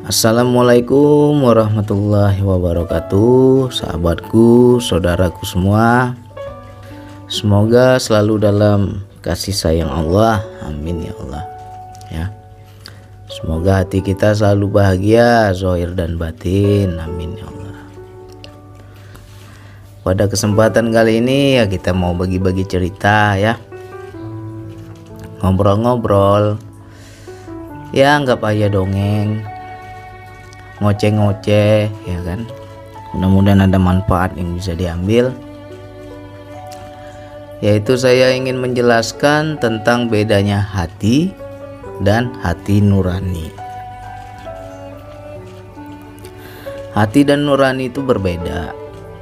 Assalamualaikum warahmatullahi wabarakatuh, sahabatku, saudaraku semua. Semoga selalu dalam kasih sayang Allah. Amin ya Allah. Ya. Semoga hati kita selalu bahagia, zahir dan batin. Amin ya Allah. Pada kesempatan kali ini ya kita mau bagi-bagi cerita ya. Ngobrol-ngobrol. Ya anggap aja dongeng. Ngoceh-ngoceh ya kan, mudah-mudahan ada manfaat yang bisa diambil. Yaitu saya ingin menjelaskan tentang bedanya hati dan hati nurani. Hati dan nurani itu berbeda.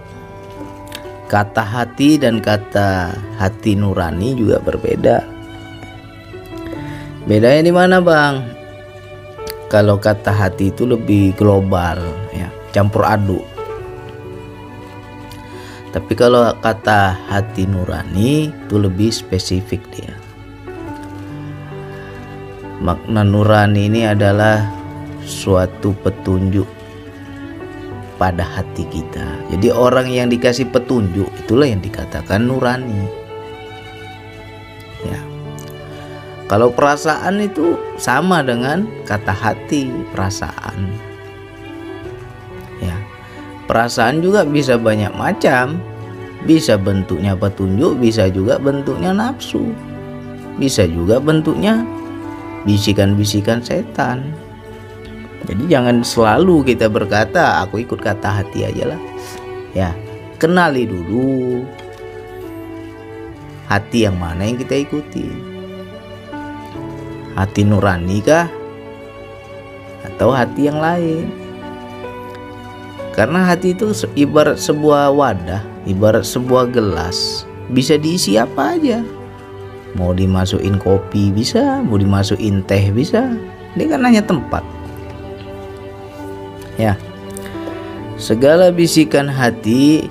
Kata hati dan kata hati nurani juga berbeda. Bedanya di mana, Bang? Kalau kata hati itu lebih global ya, campur aduk. Tapi kalau kata hati nurani itu lebih spesifik dia. Makna nurani ini adalah suatu petunjuk pada hati kita. Jadi orang yang dikasih petunjuk itulah yang dikatakan nurani. Ya. Kalau perasaan itu sama dengan kata hati, perasaan. Ya. Perasaan juga bisa banyak macam. Bisa bentuknya petunjuk, bisa juga bentuknya nafsu. Bisa juga bentuknya bisikan-bisikan setan. Jadi jangan selalu kita berkata aku ikut kata hati aja lah. Ya, kenali dulu hati yang mana yang kita ikuti. Hati nurani kah atau hati yang lain? Karena hati itu ibarat sebuah wadah, ibarat sebuah gelas, bisa diisi apa aja. Mau dimasukin kopi bisa, mau dimasukin teh bisa. Ini kan hanya tempat. Ya. Segala bisikan hati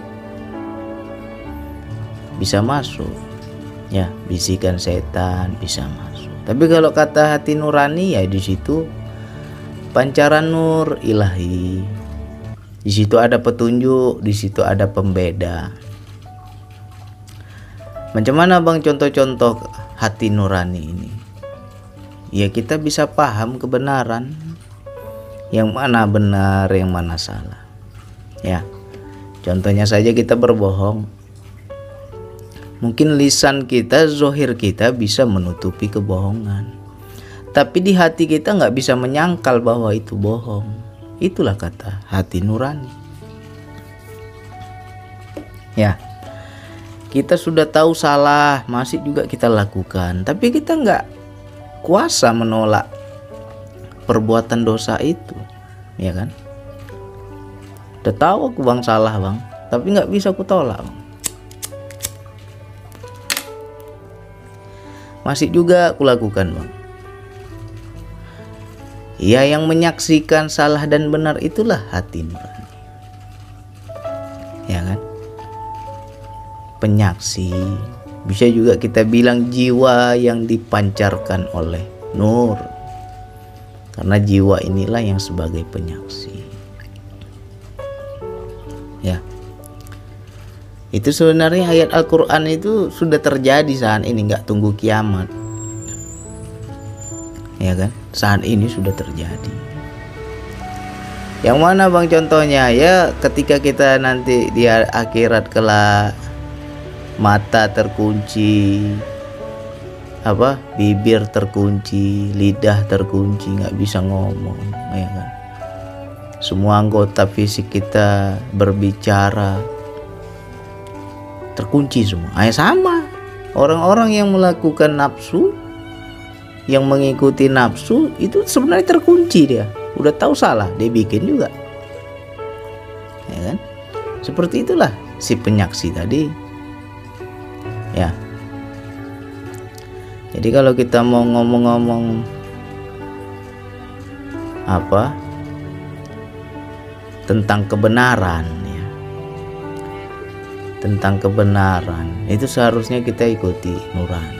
bisa masuk. Ya, bisikan setan bisa masuk. Tapi kalau kata hati nurani ya di situ pancaran nur ilahi. Di situ ada petunjuk, di situ ada pembeda. Macam mana Bang contoh-contoh hati nurani ini? Ya kita bisa paham kebenaran. Yang mana benar, yang mana salah. Ya. Contohnya saja kita berbohong. Mungkin lisan kita, zohir kita bisa menutupi kebohongan. Tapi di hati kita nggak bisa menyangkal bahwa itu bohong. Itulah kata hati nurani. Ya, kita sudah tahu salah, masih juga kita lakukan. Tapi kita nggak kuasa menolak perbuatan dosa itu. Ya kan? Udah tahu aku Bang salah Bang, tapi nggak bisa aku tolak Bang. Masih juga aku lakukan Bang. Ya yang menyaksikan salah dan benar itulah hati nurani. Ya kan? Penyaksi. Bisa juga kita bilang jiwa yang dipancarkan oleh nur. Karena jiwa inilah yang sebagai penyaksi. Ya. Itu sebenarnya ayat Al-Quran itu sudah terjadi saat ini, nggak tunggu kiamat. Ya kan? Saat ini sudah terjadi. Yang mana Bang contohnya? Ya ketika kita nanti di akhirat kelak mata terkunci, bibir terkunci, lidah terkunci, nggak bisa ngomong, ya kan? Semua anggota fisik kita berbicara terkunci semua. Sama orang-orang yang melakukan nafsu, yang mengikuti nafsu itu sebenarnya terkunci dia. Udah tahu salah, dia bikin juga. Ya kan? Seperti itulah si penyaksi tadi. Ya. Jadi kalau kita mau ngomong-ngomong tentang kebenaran ya. Tentang kebenaran itu seharusnya kita ikuti nurani.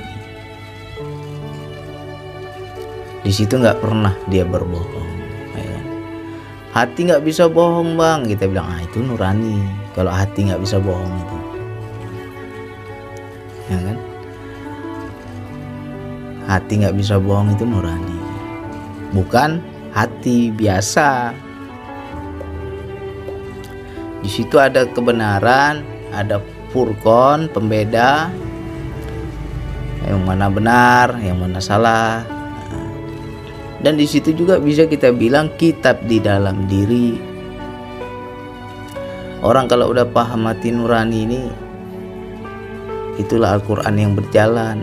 Di situ nggak pernah dia berbohong. Ya. hati nggak bisa bohong bang, kita bilang itu nurani. Kalau hati nggak bisa bohong itu, ya kan? Hati nggak bisa bohong itu nurani, bukan hati biasa. Di situ ada kebenaran, ada furqan, pembeda, yang mana benar, yang mana salah. Dan di situ juga bisa kita bilang kitab di dalam diri. Orang kalau udah paham hati nurani ini, itulah Al-Quran yang berjalan.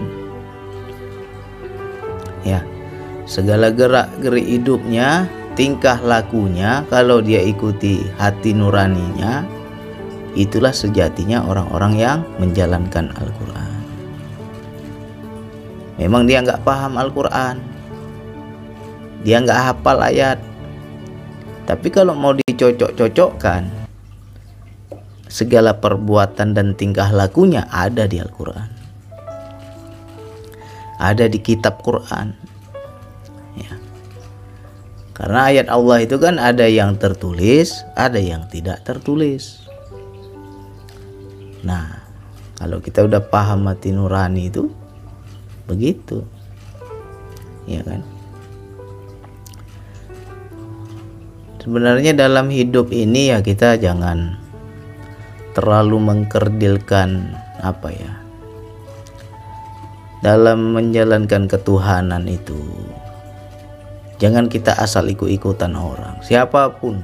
Ya, segala gerak-gerik hidupnya, tingkah lakunya, kalau dia ikuti hati nuraninya, itulah sejatinya orang-orang yang menjalankan Al-Quran. Memang dia nggak paham Al-Quran, dia nggak hafal ayat, tapi kalau mau dicocok-cocokkan, segala perbuatan dan tingkah lakunya ada di Al-Quran, ada di kitab Quran, ya. Karena ayat Allah itu kan ada yang tertulis, ada yang tidak tertulis. Nah, kalau kita udah paham hati nurani itu begitu, ya kan? Sebenarnya dalam hidup ini ya kita jangan terlalu mengkerdilkan dalam menjalankan ketuhanan itu. Jangan kita asal ikut-ikutan orang, siapapun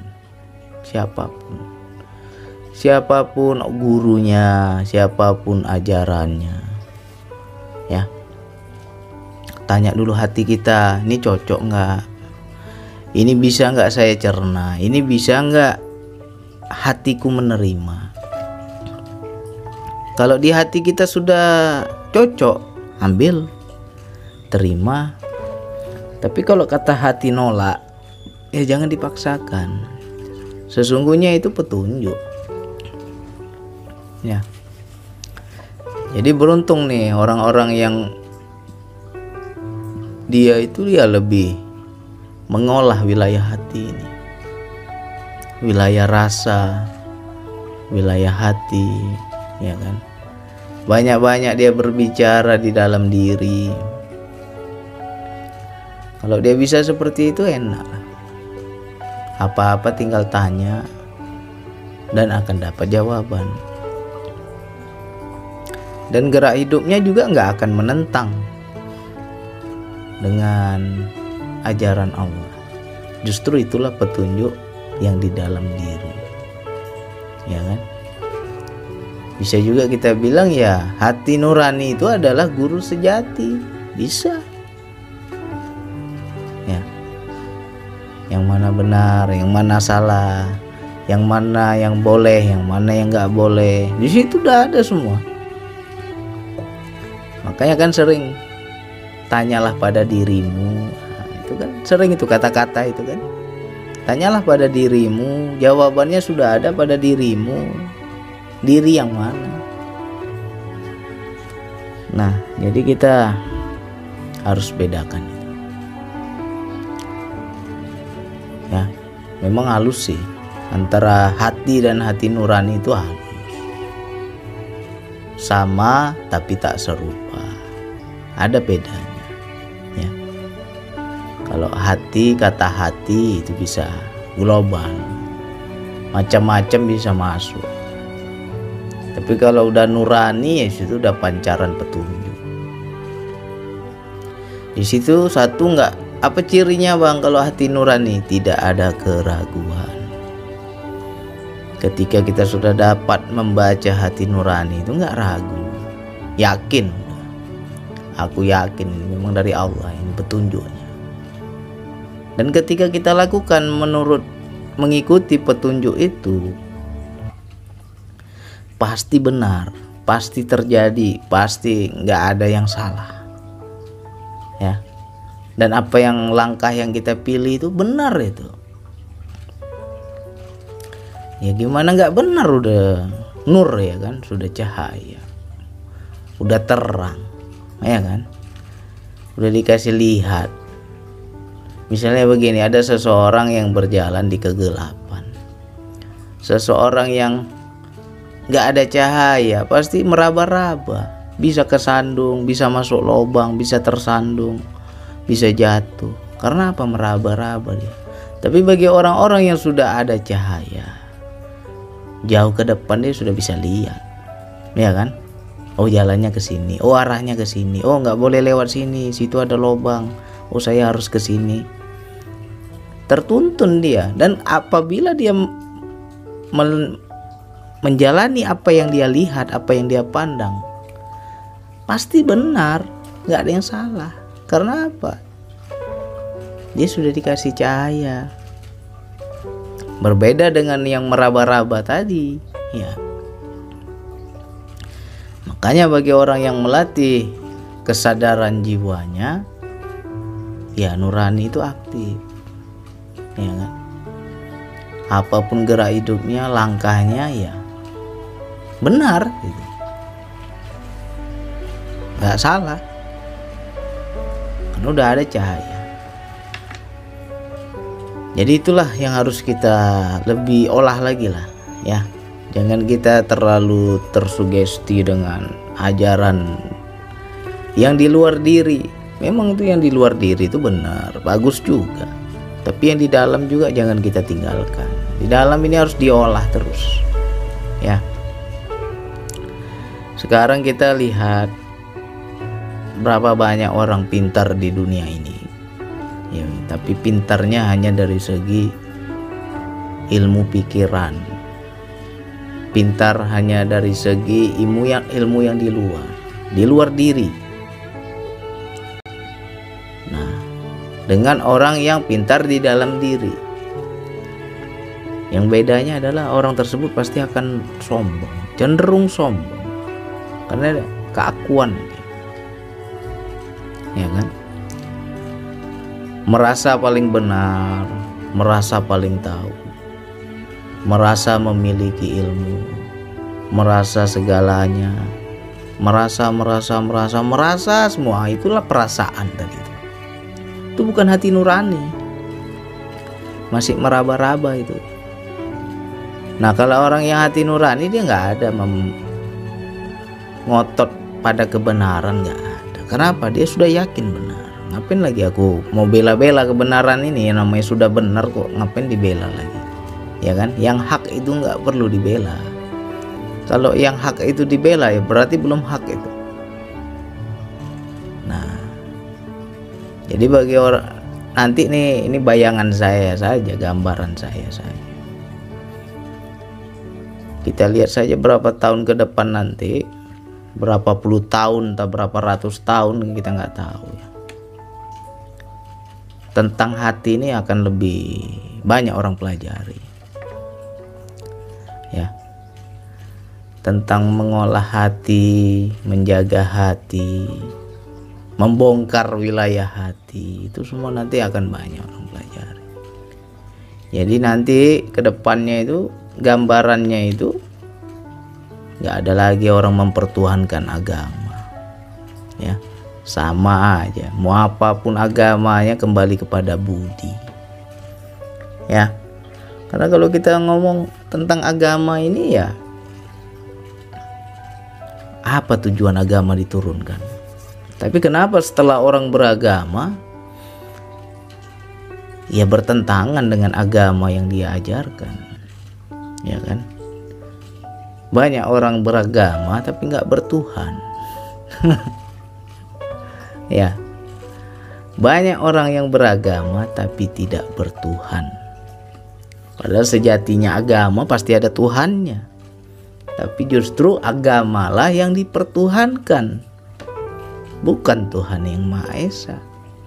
gurunya, siapapun ajarannya, ya. Tanya dulu hati kita, ini cocok nggak? Ini bisa nggak saya cerna? Ini bisa nggak hatiku menerima? Kalau di hati kita sudah cocok, ambil, terima. Tapi kalau kata hati nolak, ya jangan dipaksakan. Sesungguhnya itu petunjuk, ya. Jadi beruntung nih orang-orang yang dia lebih mengolah wilayah hati ini, wilayah rasa, wilayah hati, ya kan? Banyak-banyak dia berbicara di dalam diri. Kalau dia bisa seperti itu enak lah. Apa-apa tinggal tanya dan akan dapat jawaban. Dan gerak hidupnya juga nggak akan menentang dengan ajaran Allah. Justru itulah petunjuk yang di dalam diri, ya kan? Bisa juga kita bilang ya hati nurani itu adalah guru sejati, bisa, ya. Yang mana benar, yang mana salah, yang mana yang boleh, yang mana yang nggak boleh, di situ udah ada semua. Makanya kan sering tanyalah pada dirimu. Itu kan sering itu kata-kata itu kan, tanyalah pada dirimu, jawabannya sudah ada pada dirimu. Diri yang mana? Nah, jadi kita harus bedakan itu, ya. Memang halus sih, antara hati dan hati nurani itu halus, sama tapi tak serupa, ada bedanya, ya. Kalau hati, kata hati itu bisa global, macam-macam bisa masuk. Tapi kalau udah nurani ya situ udah pancaran petunjuk. Di situ satu nggak, apa cirinya bang kalau hati nurani? Tidak ada keraguan. Ketika kita sudah dapat membaca hati nurani itu nggak ragu, yakin. Aku yakin ini memang dari Allah, ini petunjuknya. Dan ketika kita lakukan mengikuti petunjuk itu, pasti benar, pasti terjadi, pasti nggak ada yang salah, ya. Dan apa yang langkah yang kita pilih itu benar itu. Ya gimana nggak benar, udah nur ya kan, sudah cahaya, udah terang, ya kan, udah dikasih lihat, Misalnya begini, ada seseorang yang berjalan di kegelapan, seseorang yang nggak ada cahaya, pasti meraba-raba, bisa kesandung, bisa masuk lubang, bisa tersandung, bisa jatuh. Karena apa? Meraba-raba dia. Tapi bagi orang-orang yang sudah ada cahaya, jauh ke depan dia sudah bisa lihat, ya kan? Oh, jalannya ke sini, oh arahnya ke sini, oh nggak boleh lewat sini, situ ada lubang, oh saya harus ke sini. Tertuntun dia, dan apabila dia menjalani apa yang dia lihat, apa yang dia pandang, pasti benar, nggak ada yang salah. Karena apa? Dia sudah dikasih cahaya. Berbeda dengan yang meraba-raba tadi, ya. Makanya bagi orang yang melatih kesadaran jiwanya, ya nurani itu aktif, ya kan? Apapun gerak hidupnya, langkahnya ya benar gitu. Nggak salah, kan udah ada cahaya. Jadi itulah yang harus kita lebih olah lagi lah, ya. Jangan kita terlalu tersugesti dengan ajaran yang di luar diri. Memang itu yang di luar diri itu benar, bagus juga. Tapi yang di dalam juga jangan kita tinggalkan. Di dalam ini harus diolah terus, ya. Sekarang kita lihat berapa banyak orang pintar di dunia ini, ya, tapi pintarnya hanya dari segi ilmu pikiran, pintar hanya dari segi ilmu yang di luar diri. Nah, dengan orang yang pintar di dalam diri, yang bedanya adalah orang tersebut pasti akan sombong, cenderung sombong, karena keakuan, ya kan? Merasa paling benar, merasa paling tahu, merasa memiliki ilmu, merasa segalanya, merasa semua. Itulah perasaan tadi. Itu bukan hati nurani, masih meraba-raba itu. Nah, kalau orang yang hati nurani, dia nggak ada ngotot pada kebenaran, nggak ada. Kenapa? Dia sudah yakin benar. Ngapain lagi aku mau bela-bela kebenaran ini? Yang namanya sudah benar kok, ngapain dibela lagi, ya kan? Yang hak itu nggak perlu dibela. Kalau yang hak itu dibela, ya berarti belum hak itu. Nah, jadi bagi orang nanti nih, ini bayangan saya saja, gambaran saya saja. Kita lihat saja berapa tahun ke depan nanti, berapa puluh tahun atau berapa ratus tahun, kita nggak tahu ya. Tentang hati ini akan lebih banyak orang pelajari, ya. Tentang mengolah hati, menjaga hati, membongkar wilayah hati, itu semua nanti akan banyak orang pelajari. Jadi nanti kedepannya itu, gambarannya itu nggak ada lagi orang mempertuhankan agama, ya. Sama aja, mau apapun agamanya kembali kepada budi, ya. Karena kalau kita ngomong tentang agama ini, ya apa tujuan agama diturunkan? Tapi kenapa setelah orang beragama, ya bertentangan dengan agama yang dia ajarkan, ya kan? Banyak orang beragama tapi nggak bertuhan. Ya, banyak orang yang beragama tapi tidak bertuhan. Padahal sejatinya agama pasti ada Tuhannya, tapi justru agamalah yang dipertuhankan, bukan Tuhan yang Maha Esa.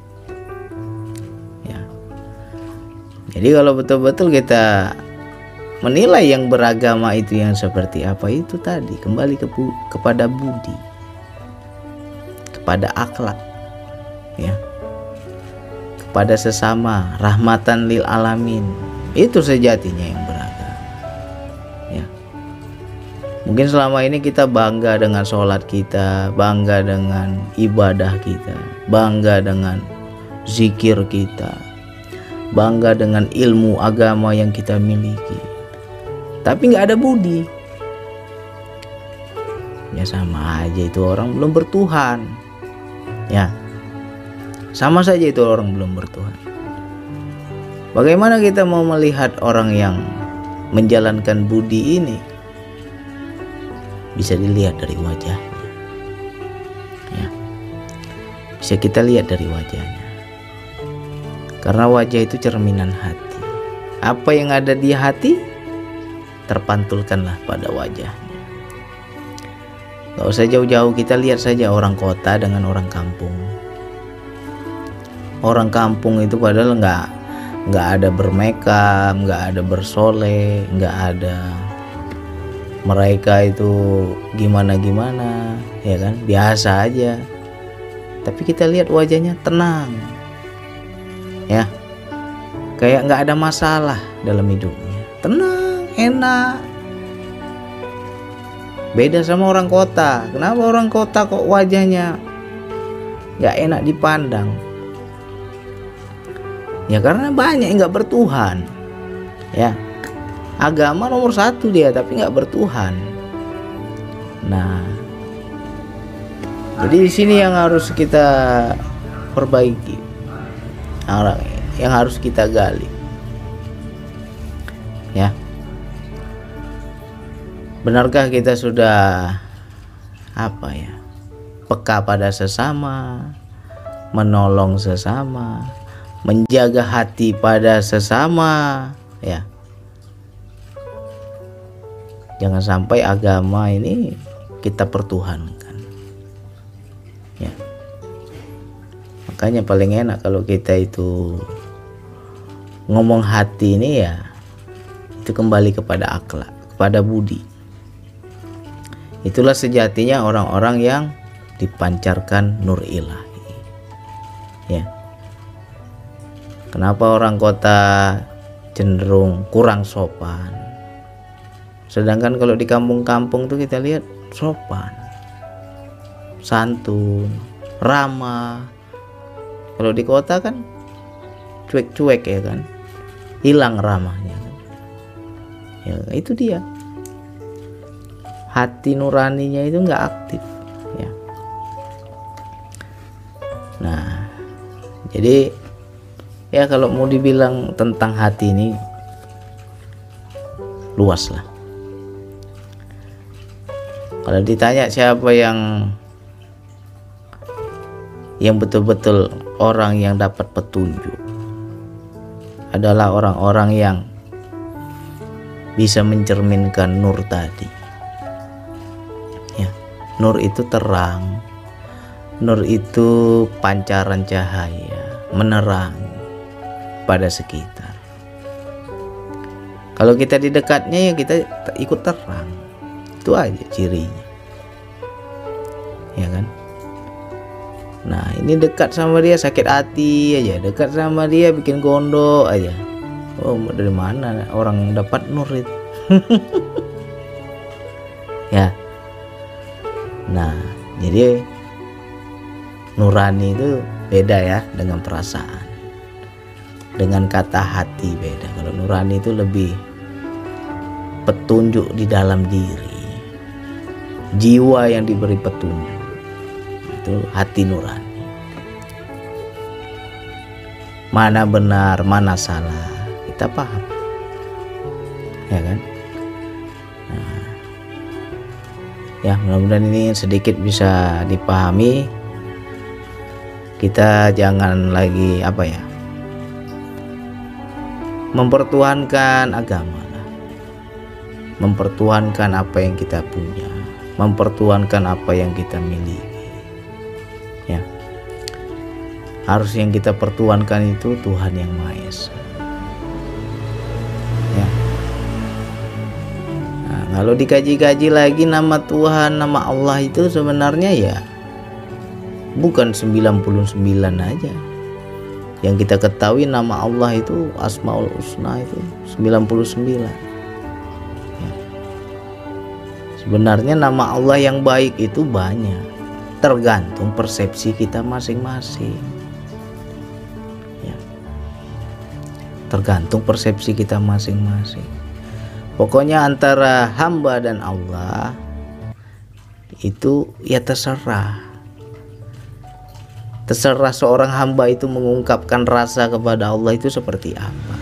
Ya. Jadi kalau betul-betul kita menilai yang beragama itu yang seperti apa, itu tadi kembali kepada budi, kepada akhlak, ya, kepada sesama, rahmatan lil alamin. Itu sejatinya yang beragama, ya. Mungkin selama ini kita bangga dengan sholat kita, bangga dengan ibadah kita, bangga dengan zikir kita, bangga dengan ilmu agama yang kita miliki, tapi nggak ada budi, ya sama aja itu orang belum bertuhan. Ya, sama saja itu orang belum bertuhan. Bagaimana kita mau melihat orang yang menjalankan budi ini? Bisa dilihat dari wajahnya. Ya, bisa kita lihat dari wajahnya. Karena wajah itu cerminan hati. Apa yang ada di hati, terpantulkanlah pada wajahnya. Gak usah jauh-jauh, kita lihat saja orang kota dengan orang kampung. Orang kampung itu padahal nggak ada bermakeup, nggak ada bersoleh, nggak ada mereka itu gimana-gimana, ya kan, biasa aja. Tapi kita lihat wajahnya tenang, ya, kayak nggak ada masalah dalam hidupnya, tenang, enak. Beda sama orang kota. Kenapa orang kota kok wajahnya nggak enak dipandang? Ya karena banyak yang nggak bertuhan. Ya, agama nomor 1 dia, tapi nggak bertuhan. Nah, jadi di sini yang harus kita perbaiki, yang harus kita gali. Ya, benarkah kita sudah peka pada sesama, menolong sesama, menjaga hati pada sesama, ya. Jangan sampai agama ini kita pertuhankan, ya. Makanya paling enak kalau kita itu ngomong hati ini, ya, itu kembali kepada akhlak, kepada budi. Itulah sejatinya orang-orang yang dipancarkan nur ilahi, ya. Kenapa orang kota cenderung kurang sopan, sedangkan kalau di kampung-kampung tuh kita lihat sopan, santun, ramah. Kalau di kota kan cuek-cuek, ya kan, hilang ramahnya. Ya itu dia, hati nuraninya itu nggak aktif, ya. Nah, jadi ya kalau mau dibilang tentang hati ini luas lah. Kalau ditanya siapa yang betul-betul orang yang dapat petunjuk, adalah orang-orang yang bisa mencerminkan nur tadi. Ya, nur itu terang, nur itu pancaran cahaya, menerangi pada sekitar. Kalau kita di dekatnya, ya kita ikut terang. Itu aja cirinya, ya kan. Nah, ini dekat sama dia sakit hati aja, dekat sama dia bikin gondok aja. Oh, dari mana orang dapat nur itu? Ya. Nah, jadi nurani itu beda ya dengan perasaan, dengan kata hati beda. Kalau nurani itu lebih petunjuk di dalam diri, jiwa yang diberi petunjuk, itu hati nurani. Mana benar, mana salah, kita paham, ya kan. Nah, ya mudah-mudahan ini sedikit bisa dipahami. Kita jangan lagi mempertuhankan agama lah, mempertuhankan apa yang kita punya, mempertuhankan apa yang kita miliki, ya. Harus yang kita pertuhankan itu Tuhan yang Maha Esa, ya. Nah, kalau dikaji-kaji lagi nama Tuhan, nama Allah itu sebenarnya ya bukan 99 aja. Yang kita ketahui nama Allah itu Asmaul Husna itu 99. Ya. Sebenarnya nama Allah yang baik itu banyak, tergantung persepsi kita masing-masing. Ya. tergantung persepsi kita masing-masing. Pokoknya antara hamba dan Allah itu ya terserah seorang hamba itu mengungkapkan rasa kepada Allah itu seperti apa.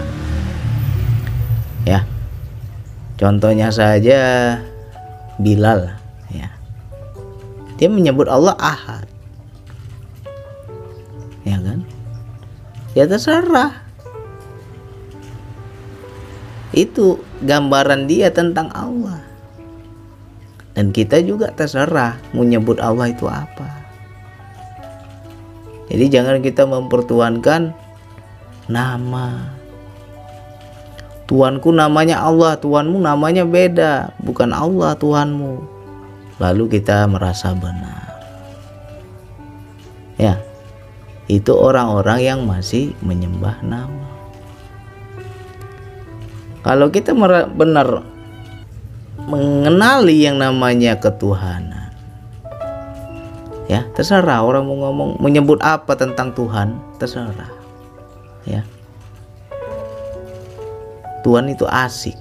Ya, contohnya saja Bilal, ya, dia menyebut Allah Ahad, ya kan? Ya terserah, itu gambaran dia tentang Allah. Dan kita juga terserah menyebut Allah itu apa. Jadi jangan kita mempertuhankan nama. Tuhanku namanya Allah, Tuhanmu namanya beda, bukan Allah Tuhanmu. Lalu kita merasa benar. Ya, itu orang-orang yang masih menyembah nama. Kalau kita benar mengenali yang namanya ketuhanan, ya terserah orang mau ngomong menyebut apa tentang Tuhan, terserah, ya. Tuhan itu asik.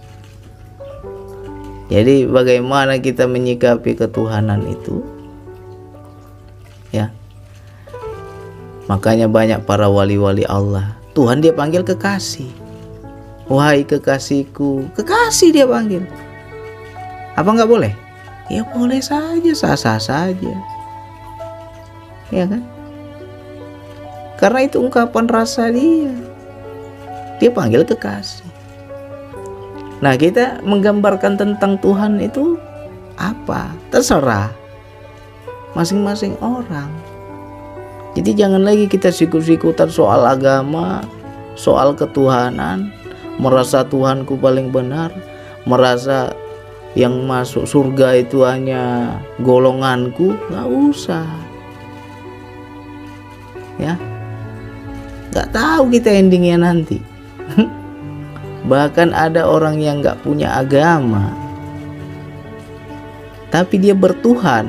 Jadi bagaimana kita menyikapi ketuhanan itu, ya. Makanya banyak para wali-wali Allah, Tuhan dia panggil kekasih. Wahai kekasihku, kekasih dia panggil. Apa nggak boleh? Ya boleh saja, sah-sah saja, ya kan? Karena itu ungkapan rasa dia panggil kekasih. Nah, kita menggambarkan tentang Tuhan itu apa? Terserah masing-masing orang. Jadi jangan lagi kita sikut-sikutan soal agama, soal ketuhanan, merasa Tuhanku paling benar, merasa yang masuk surga itu hanya golonganku. Nggak usah, ya. Nggak tahu kita endingnya nanti. Bahkan ada orang yang nggak punya agama, tapi dia bertuhan.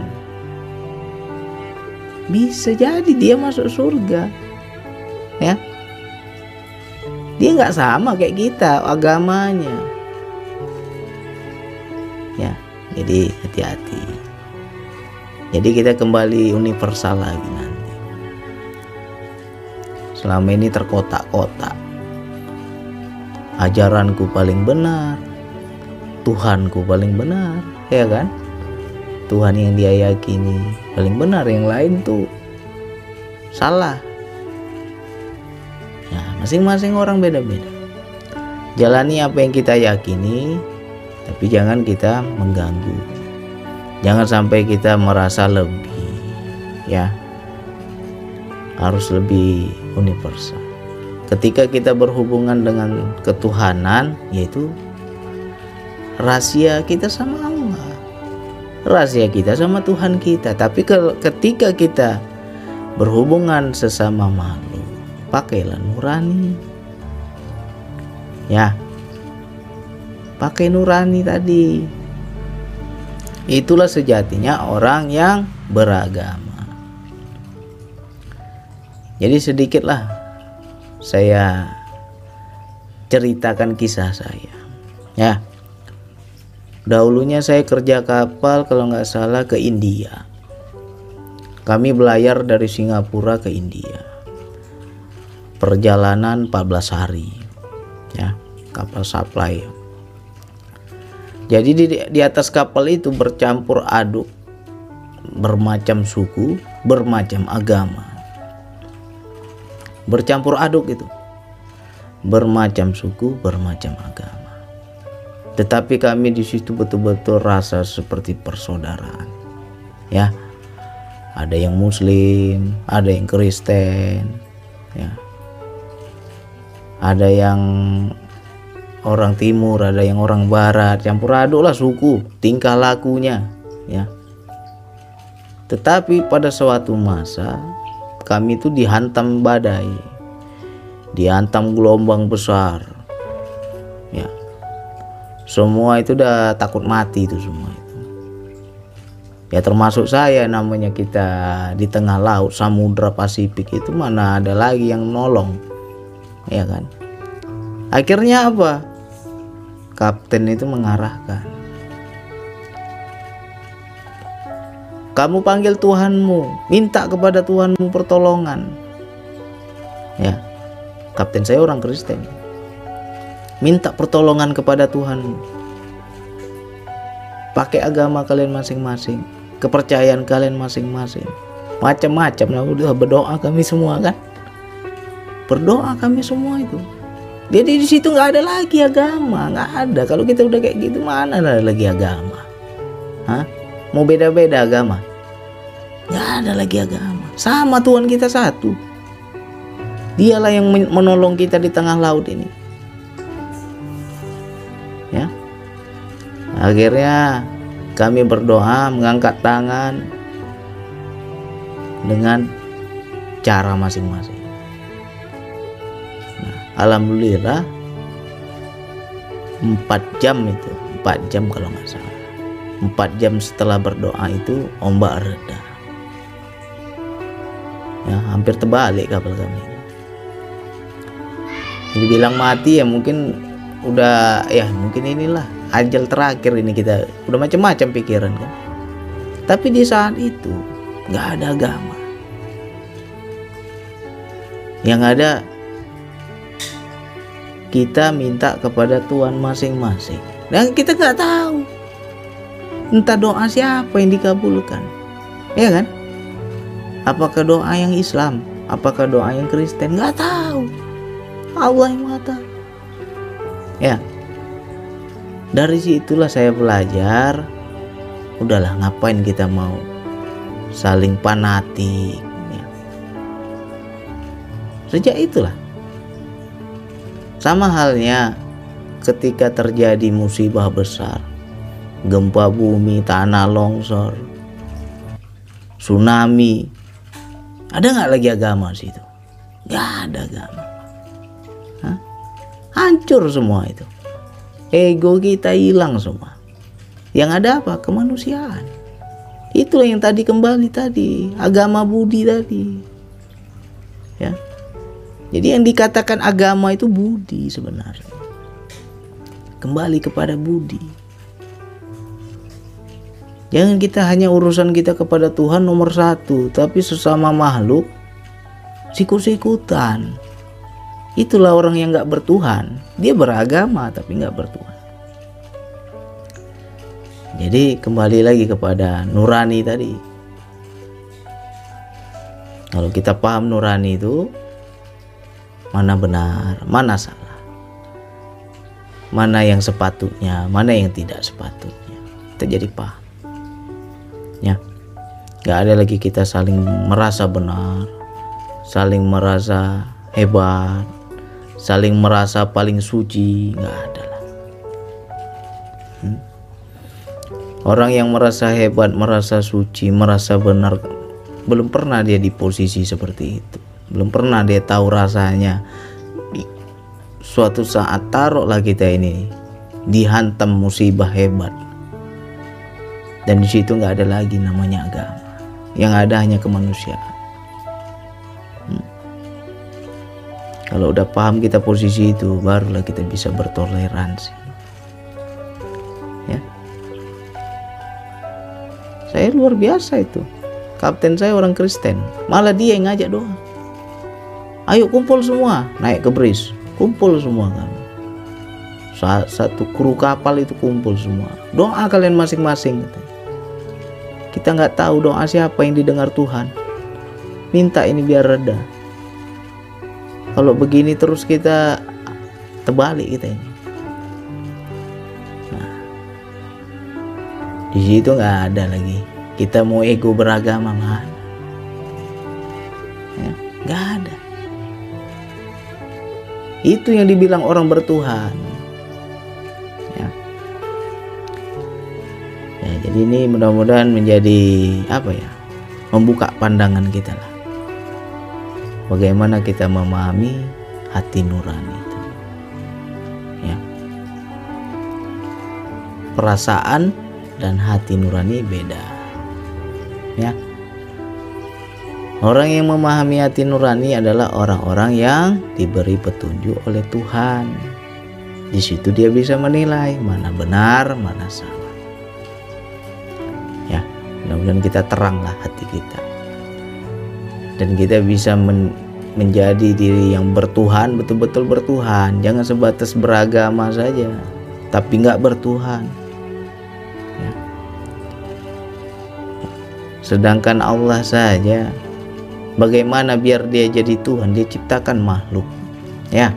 Bisa jadi dia masuk surga, ya. Dia nggak sama kayak kita agamanya, ya. Jadi hati-hati. Jadi kita kembali universal lagi nanti. Selama ini terkotak-kotak. Ajaranku paling benar, Tuhanku paling benar, ya kan? Tuhan yang dia yakini paling benar, yang lain tuh salah. Ya, masing-masing orang beda-beda. Jalani apa yang kita yakini, tapi jangan kita mengganggu. Jangan sampai kita merasa lebih, ya. Harus lebih universal. Ketika kita berhubungan dengan ketuhanan, yaitu rahasia kita sama Allah, rahasia kita sama Tuhan kita. Tapi ketika kita berhubungan sesama makhluk, pakailah nurani, ya, pakai nurani tadi. Itulah sejatinya orang yang beragama. Jadi sedikitlah saya ceritakan kisah saya, ya. Dahulunya saya kerja kapal kalau nggak salah ke India. Kami belayar dari Singapura ke India. Perjalanan 14 hari, ya, kapal supply. Jadi di atas kapal itu bercampur aduk bermacam suku, bermacam agama. Bercampur aduk itu, bermacam suku, bermacam agama. Tetapi kami di situ betul-betul rasa seperti persaudaraan, ya. Ada yang Muslim, ada yang Kristen, ya. Ada yang orang Timur, ada yang orang Barat, campur aduk lah suku, tingkah lakunya, ya. Tetapi pada suatu masa kami itu dihantam badai, dihantam gelombang besar, ya. Semua itu udah takut mati itu semua itu. Ya termasuk saya, namanya kita di tengah laut, Samudra Pasifik itu mana ada lagi yang nolong, ya kan? Akhirnya apa? Kapten itu mengarahkan, kamu panggil Tuhanmu, minta kepada Tuhanmu pertolongan. Ya, kapten saya orang Kristen. Minta pertolongan kepada Tuhanmu. Pakai agama kalian masing-masing, kepercayaan kalian masing-masing, macam-macam lah. Udah berdoa kami semua kan, berdoa kami semua itu. Jadi di situ nggak ada lagi agama, nggak ada. Kalau kita udah kayak gitu, mana ada lagi agama? Hah? Mau beda-beda agama? Nggak ada lagi agama. Sama Tuhan kita satu. Dialah yang menolong kita di tengah laut ini. Ya. Akhirnya kami berdoa, mengangkat tangan dengan cara masing-masing. Alhamdulillah 4 jam itu, 4 jam kalau nggak salah, 4 jam setelah berdoa itu ombak reda. Ya, hampir terbalik kapal kami. Jadi bilang mati ya mungkin udah, ya mungkin inilah ajal terakhir ini, kita udah macam-macam pikiran kan. Tapi di saat itu nggak ada agama. Yang ada kita minta kepada Tuhan masing-masing, dan kita nggak tahu entah doa siapa yang dikabulkan, ya kan? Apakah doa yang Islam, apakah doa yang Kristen, nggak tahu. Allah yang Maha Tahu. Ya, dari situlah saya belajar. Udahlah, ngapain kita mau saling fanatik? Ya. Sejak itulah. Sama halnya ketika terjadi musibah besar, gempa bumi, tanah longsor, tsunami, ada nggak lagi agama di situ? Nggak ada agama. Hah? Hancur semua itu. Ego kita hilang semua. Yang ada apa? Kemanusiaan. Itulah yang tadi kembali tadi, agama budi tadi. Ya. Jadi yang dikatakan agama itu budi sebenarnya. Kembali kepada budi. Jangan kita hanya urusan kita kepada Tuhan nomor 1, tapi sesama makhluk sikut-sikutan. Itulah orang yang gak bertuhan. Dia beragama tapi gak bertuhan. Jadi kembali lagi kepada nurani tadi. Kalau kita paham nurani itu, mana benar, mana salah, mana yang sepatutnya, mana yang tidak sepatutnya, kita jadi paham. Ya, nggak ada lagi kita saling merasa benar, saling merasa hebat, saling merasa paling suci, nggak ada lah. Orang yang merasa hebat, merasa suci, merasa benar, belum pernah dia di posisi seperti itu. Belum pernah dia tahu rasanya suatu saat taruhlah kita ini dihantam musibah hebat, dan di situ nggak ada lagi namanya agama, yang ada hanya kemanusiaan. Kalau udah paham kita posisi itu, barulah kita bisa bertoleransi. Ya, saya luar biasa itu. Kapten saya orang Kristen, malah dia yang ngajak doa. Ayo kumpul semua, naik ke bris, kumpul semua kan. Satu kru kapal itu kumpul semua. Doa kalian masing-masing. Kita nggak tahu doa siapa yang didengar Tuhan. Minta ini biar reda. Kalau begini terus kita terbalik kita ini. Nah, di situ nggak ada lagi. Kita mau ego beragama mana? Ya, nggak ada. Itu yang dibilang orang bertuhan. Ya. Ya, jadi ini mudah-mudahan menjadi apa ya? Membuka pandangan kita lah. Bagaimana kita memahami hati nurani itu. Ya. Perasaan dan hati nurani beda. Ya. Orang yang memahami hati nurani adalah orang-orang yang diberi petunjuk oleh Tuhan. Di situ dia bisa menilai mana benar, mana salah. Ya, mudah-mudahan kita teranglah hati kita. Dan kita bisa menjadi diri yang bertuhan, betul-betul bertuhan. Jangan sebatas beragama saja, tapi nggak bertuhan. Ya. Sedangkan Allah saja, bagaimana biar dia jadi Tuhan? Dia ciptakan makhluk. Ya.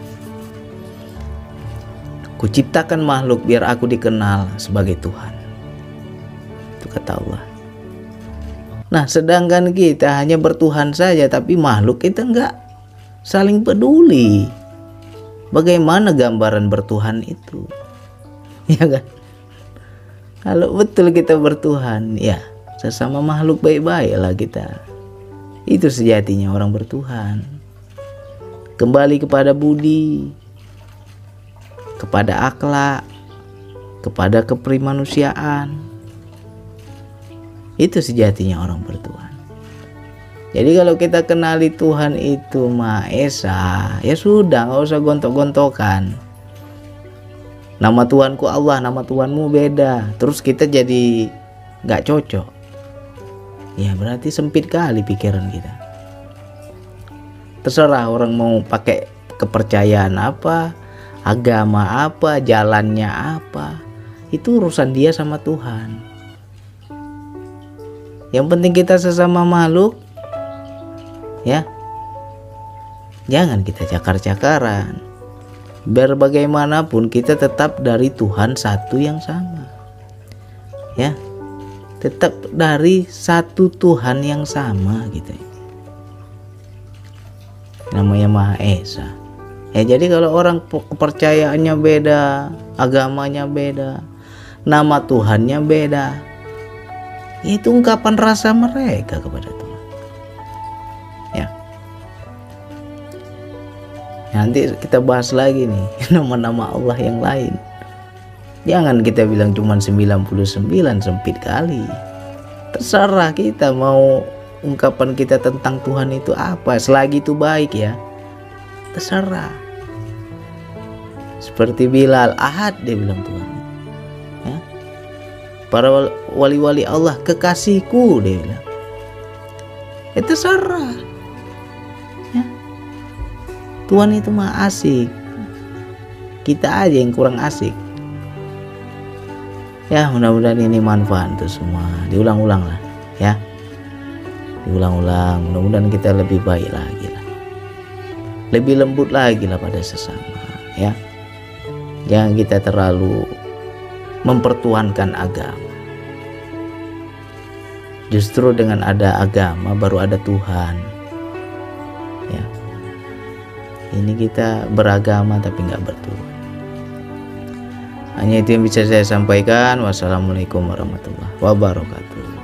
Kuciptakan makhluk biar aku dikenal sebagai Tuhan. Itu kata Allah. Nah, sedangkan kita hanya bertuhan saja, tapi makhluk kita enggak saling peduli. Bagaimana gambaran bertuhan itu? Ya kan? Kalau betul kita bertuhan, ya sesama makhluk baik-baiklah kita. Itu sejatinya orang bertuhan. Kembali kepada budi, kepada akhlak, kepada keprimanusiaan. Itu sejatinya orang bertuhan. Jadi kalau kita kenali Tuhan itu Maha Esa, ya sudah, nggak usah gontok-gontokan. Nama Tuhanku Allah, nama Tuhanmu beda. Terus kita jadi nggak cocok. Ya berarti sempit kali pikiran kita. Terserah orang mau pakai kepercayaan apa, agama apa, jalannya apa, itu urusan dia sama Tuhan. Yang penting kita sesama makhluk, ya jangan kita cakar-cakaran. Biar bagaimanapun kita tetap dari Tuhan satu yang sama, ya tetap dari satu Tuhan yang sama gitu. Namanya Maha Esa. Ya jadi kalau orang kepercayaannya beda, agamanya beda, nama Tuhannya beda, itu ungkapan rasa mereka kepada Tuhan. Ya. Nanti kita bahas lagi nih nama-nama Allah yang lain. Jangan kita bilang cuma 99, sempit kali. Terserah kita mau ungkapan kita tentang Tuhan itu apa, selagi itu baik ya. Terserah. Seperti Bilal, Ahad dia bilang Tuhan. Ya. Para wali-wali Allah, kekasihku dia bilang. Itu terserah. Ya. Tuhan itu mah asik. Kita aja yang kurang asik. Ya mudah-mudahan ini manfaat untuk semua. Diulang-ulang lah, ya. Diulang-ulang. Mudah-mudahan kita lebih baik lagi lah. Lebih lembut lagi lah pada sesama, ya. Jangan kita terlalu mempertuhankan agama. Justru dengan ada agama baru ada Tuhan. Ya. Ini kita beragama tapi nggak bertuhan. Hanya itu yang bisa saya sampaikan. Wassalamualaikum warahmatullahi wabarakatuh.